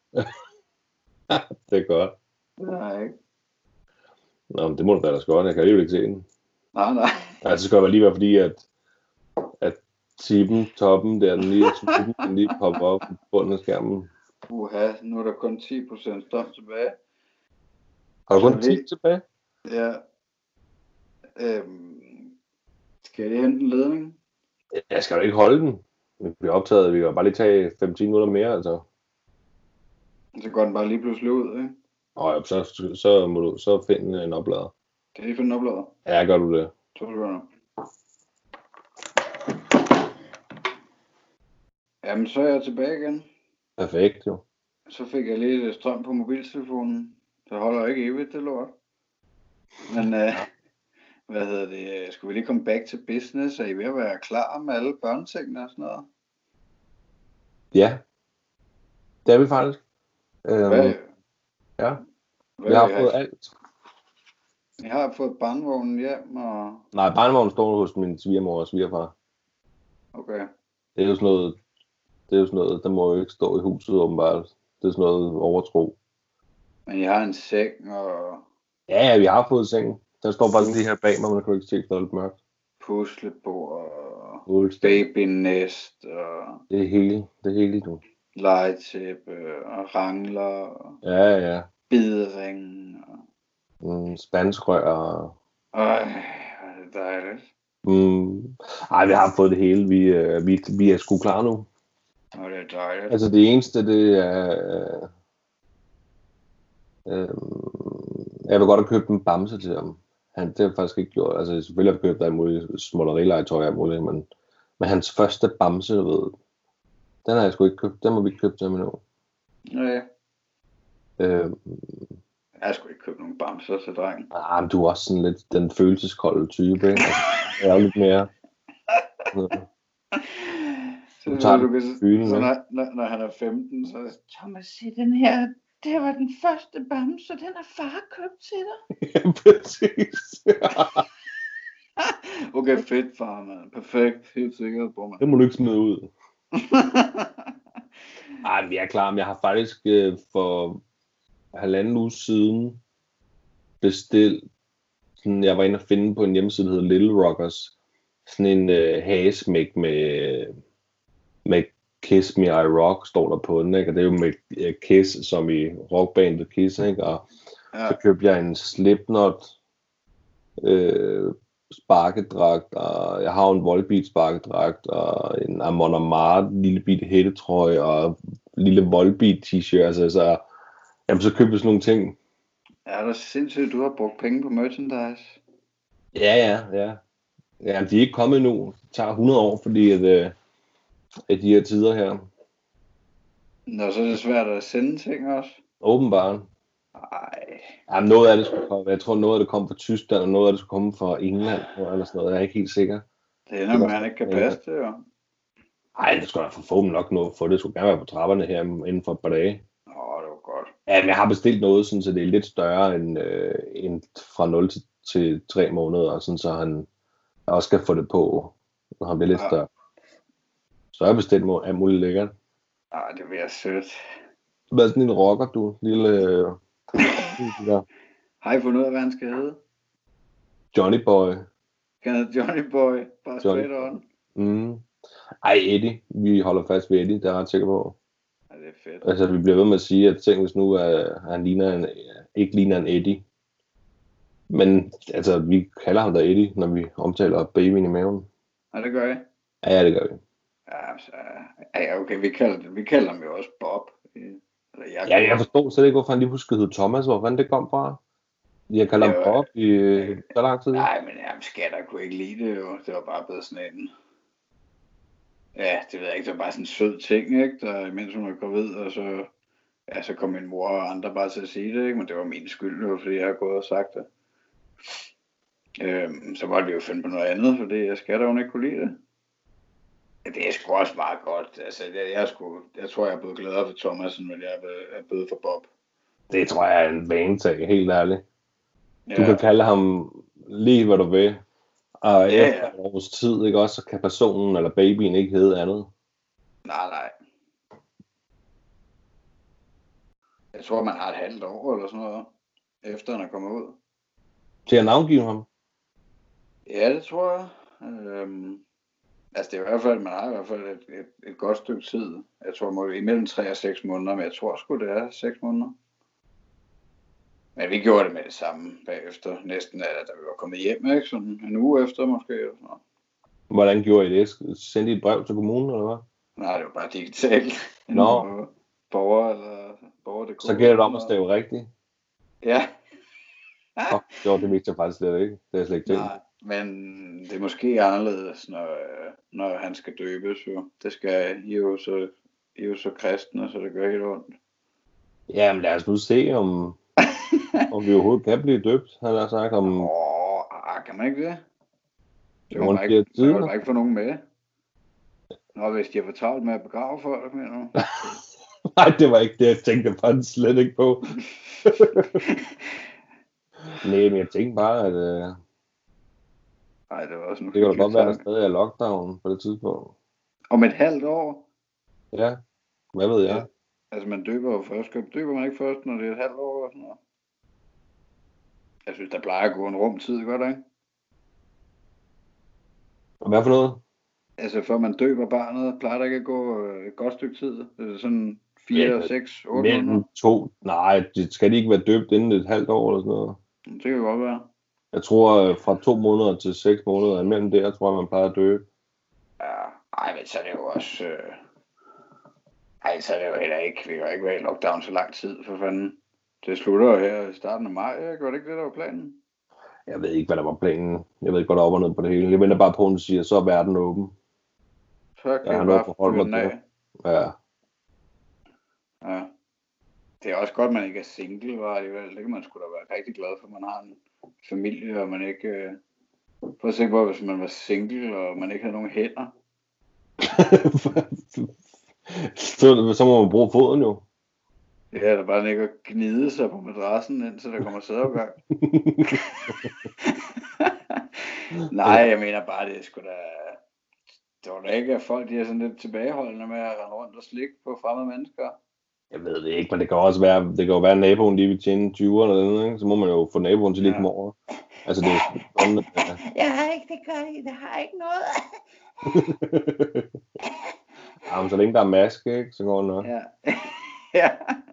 Det er godt.
Nej, ikke.
Nå, men det må du da ellers godt. Jeg kan alligevel ikke se den.
Nej, nej.
Altså, det skal jo lige være fordi, at, at tippen, toppen, der den lige, tuben, den lige popper op på bunden af skærmen.
Uha, nu er der kun ti procent strøm tilbage.
Har du kun ti lige... tilbage?
Ja. Øhm, skal jeg hente en ledning?
Jeg skal jo ikke holde den. Vi bliver optaget, vi kan bare lige tage fem til ti minutter mere, altså.
Så går den bare lige pludselig ud, ikke?
Og ja, så, så må du så finde en oplader.
Kan I finde en oplader?
Ja, gør du det.
To sekunder. Jamen, så er jeg tilbage igen.
Perfekt, jo.
Så fik jeg lige lidt strøm på mobiltelefonen. Det holder ikke evigt, det lort. Men, øh, hvad hedder det? Skulle vi lige komme back to business? Er I ved at være klar med alle børnetingene og sådan noget?
Ja, det er vi faktisk. Øhm,
Hvad,
ja,
hvad
vi har
I
fået alt.
I har fået barnevognen hjem, og...
Nej, barnevognen står hos min svigermor og svigerfar.
Okay.
Det er jo sådan noget, det er jo sådan noget, der må jo ikke stå i huset åbenbart. Det er sådan noget overtro.
Men I har en seng og
Ja, ja, vi har fået sengen. Der står bare lige her bag mig, men der kan ikke se, der er lidt mørkt.
puslebord og
Fuldstændig.
babynest og
Det er hele, det er hele nu.
legetæppe og rangler og
Ja, ja.
bidering og...
Mm, spanskrør og...
Øj, hvor er det dejligt.
Mm, ej, vi har fået det hele. Vi, øh, vi, vi er sgu klar nu.
Og det er dejligt.
Altså det eneste, det er... Øh, øh, jeg vil godt have købt en bamse til ham. Han, det har jeg faktisk ikke gjort. Altså selvfølgelig har vi købt alt muligt smålerilegetøj og alt muligt, men, men hans første bamse, du ved, den har jeg sgu ikke købt. Den må vi ikke købe til ham endnu.
Ja,
Øh,
jeg har sgu ikke købt nogen bamser til drengen.
ah, men du er også sådan lidt den følelseskolde type, ikke? Altså, jeg er jo lidt mere...
Så,
Du tager
du
den
kan,
på byen,
så
ikke?
når, når, når han er femten, så Thomas, se den her, det var den første bamse, den har far købt til dig.
Ja, præcis.
Okay, fedt far, man. Perfekt, helt sikkert, bror, man.
Det må du ikke smide ud. Ej, vi er klar, men jeg har faktisk øh, for halvanden uge siden bestilt, sådan, jeg var inde og finde på en hjemmeside, der hedder Little Rockers, sådan en øh, hagesmæk med, med Kiss Me I Rock, står der på den, ikke? Og det er jo med øh, Kiss, som i rockbandet Kiss, ikke? Og
Ja.
så købte jeg en Slipknot øh, sparkedragt, og jeg har jo en Volbeat sparkedragt, og en Amon Amarth lille bitte hættetrøje, og lille Volbeat t-shirt, altså så, jamen, så købte jeg sådan nogle ting.
Ja, det er sindssygt, du har brugt penge på merchandise.
Ja, ja, ja. Ja, de er ikke kommet endnu. Det tager hundrede år, fordi at, øh, at de her tider her.
Nå, så er det svært at sende ting også.
Åbenbart.
Ej,
Jamen, noget af det skulle komme. Jeg tror, noget af det kom fra Tyskland, og noget af det skulle komme fra England, eller sådan noget. Jeg er ikke helt sikker.
det ender med, at han ikke kan passe det, jo.
Ej, det skulle da for få dem nok noget for det. Det skulle gerne være på trapperne her inden for et par dage.
Åh, det var godt.
Ja, men jeg har bestilt noget, sådan, så det er lidt større end, øh, end fra nul til, til tre måneder, sådan, så han også skal få det på, når han bliver lidt
Ja.
større. Så har jeg bestilt mig alt muligt lækkert.
Ej, det bliver sødt.
Hvad er sådan en rocker, du? Lille... Øh, der.
Har I fundet ud af, hvad han skal hedde?
Johnny Boy.
Kan han hedde Johnny Boy? Bare
Johnny
straight on.
Mm. Ej, Eddie. Vi holder fast ved Eddie, det er jeg ret sikker på.
Ja, det er fedt.
Altså, vi bliver ved med at sige, at tænk hvis nu, at han ligner en, ikke ligner en Eddie. Men altså, vi kalder ham da Eddie, når vi omtaler babyen i maven.
Ja, det gør jeg.
Ja, ja, det gør vi.
Ja, altså, ja, okay, vi kalder, vi kalder ham jo også Bob. Eller jeg,
Ja, jeg forstår slet ikke, hvorfor han lige pludselig hed Thomas, hvor fanden det kom fra. Jeg kalder ham
Det var-
Bob i øh, så lang tid.
Nej, men jamen, skatter kunne ikke lide det jo. Det var bare blevet sådan en... Ja, det ved jeg ikke. Det var bare sådan en sød ting, ikke? Der, mens hun var gravid, og så... Ja, så kom min mor og andre bare til at sige det, ikke? Men det var min skyld, det var, fordi jeg har gået og sagt det. Øhm, så måtte vi jo finde på noget andet, fordi jeg skatter hun ikke kunne lide det. Ja, det er sgu også meget godt. Altså, jeg, jeg, sgu, jeg tror, jeg er blevet gladere for Thomas, end jeg er blevet for Bob.
Det tror jeg er en vanetag, helt ærligt.
Ja,
Du kan kalde ham lige, hvad du vil. Og
Ja,
efter
ja.
et års tid, ikke også, så kan personen eller babyen ikke hedde andet.
nej, nej. Jeg tror, man har et halvt år eller sådan noget, efter han er kommet ud.
Til at navngive ham.
Ja, det tror jeg. Øhm, altså, det er i hvert fald, man har i hvert fald et, et, et godt stykke tid. Jeg tror, må imellem tre og seks måneder, men jeg tror sgu, det er seks måneder. Men vi gjorde det med det samme bagefter, næsten da vi var kommet hjem, ikke? Sådan en uge efter måske. Eller sådan noget.
Hvordan gjorde I det? Sendte I et brev til kommunen, eller hvad?
Nej, det var bare digitalt.
Nå.
Borger eller borger, det
Så gælder det om at stave rigtigt.
Ja.
Fuck, det var det vidste jeg faktisk slet ikke. Det er jeg slet ikke tænkt.
Nej, Men det er måske anderledes, når, når han skal døbes jo. Det skal I jo så, I er jo så kristne, så det gør helt ondt.
Ja, men lad os nu se, om, om vi overhovedet kan blive døbt, han har sagt. Om...
Åh, ah, kan man ikke det? Så
Nogen
kan man ikke,
bliver
man kan ikke få nogen med. Nå, hvis de har fortalt med at begrave folk, mener du?
Nej, det var ikke det, jeg tænkte faktisk slet ikke på. Nej, men jeg tænkte bare, at øh,
Nej, det var også
det kan da godt være, at der stadig er lockdown på det tidspunkt.
Om et halvt år?
Ja, hvad ved jeg?
Altså, man døber jo først. Døber man ikke først, når det er et halvt år? Og sådan noget? Jeg synes, der plejer at gå en rum tid, godt ikke?
Hvad for noget?
Altså, før man døber barnet, plejer der ikke at gå et godt stykke tid? Det er sådan fire, seks, otte måneder?
Mellem to. Nej, det skal de ikke være døbt inden et halvt år eller sådan noget.
Det kan godt være.
Jeg tror, fra to måneder til seks måneder, imellem der, tror jeg, man plejer at døbe.
Ja, ej, men så er det jo også... Øh... Ej, så er det jo heller ikke... Vi kan jo ikke være i lockdown så lang tid, for fanden. Det slutter jo her i starten af maj, ikke? Var det ikke det, der var planen?
Jeg ved ikke, hvad der var planen. Jeg ved ikke, hvad der er op og ned på det hele. Jeg venter bare på, at hun siger, så er verden åben.
Så kan
jeg
jeg bare fyre den af.
Ja.
Ja. Det er også godt, at man ikke er single, var alligevel. Det kan man sgu da være rigtig glad for, at man har en familie, og man ikke... Øh... Prøv at tænke på, hvis man var single, og man ikke havde nogen hænder.
så, så må man bruge foden jo.
Ja, der bare ikke at gnide sig på madrassen, indtil der kommer sædeopgang. Nej, jeg mener bare, det er sgu da... Det var da ikke, at folk de er sådan lidt tilbageholdende med at rende rundt og slikke på fremmede mennesker.
Jeg ved det ikke, men det kan også være, det kan jo være, at naboen lige vil tjene tyve eller noget, ikke? Så må man jo få naboen til lige at komme over. Altså det er sådan, at...
Jeg har ikke det godt i, det har ikke noget.
Jamen, så længe der er maske, ikke, så går det nok.
Ja. Ja.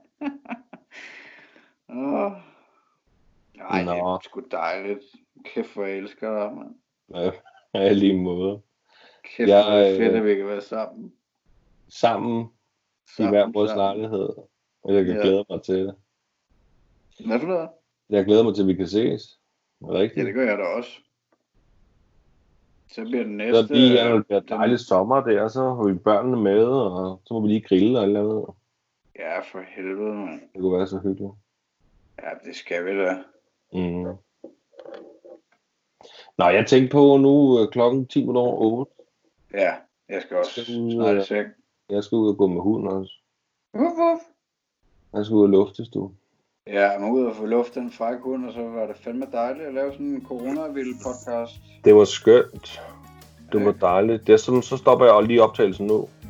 Åh. Ej, det er sgu dejligt. Kæft, hvor jeg elsker dig, mand.
Ja, ja, lige måde.
Kæft, hvor er det fedt, at vi kan være sammen.
Sammen, sammen i hver vores lejlighed. Og jeg kan ja. glæde mig til det.
Hvad for noget?
Jeg glæder mig til, at vi kan ses. Er det rigtigt?
Ja, det gør jeg da også. Så bliver den næste...
Så bliver det en bliver dejlig sommer der, så får vi børnene med, og så må vi lige grille og alt andet.
Ja, for helvede, mand.
Det kunne være så hyggeligt.
Ja, det skal vi da.
Mm. Nå, jeg tænkte på nu klokken ti over otte.
Ja, jeg skal også snart i seng.
Jeg skal ud og gå med hunden også.
Wuff, wuff.
Jeg skal ud og luftes, du.
Ja, jeg må ud og få luftet en fræk hund, og så var det fandme dejligt at lave sådan en corona-vild podcast.
Det var skønt. Det var dejligt. Det er sådan, så stopper jeg lige optagelsen nu.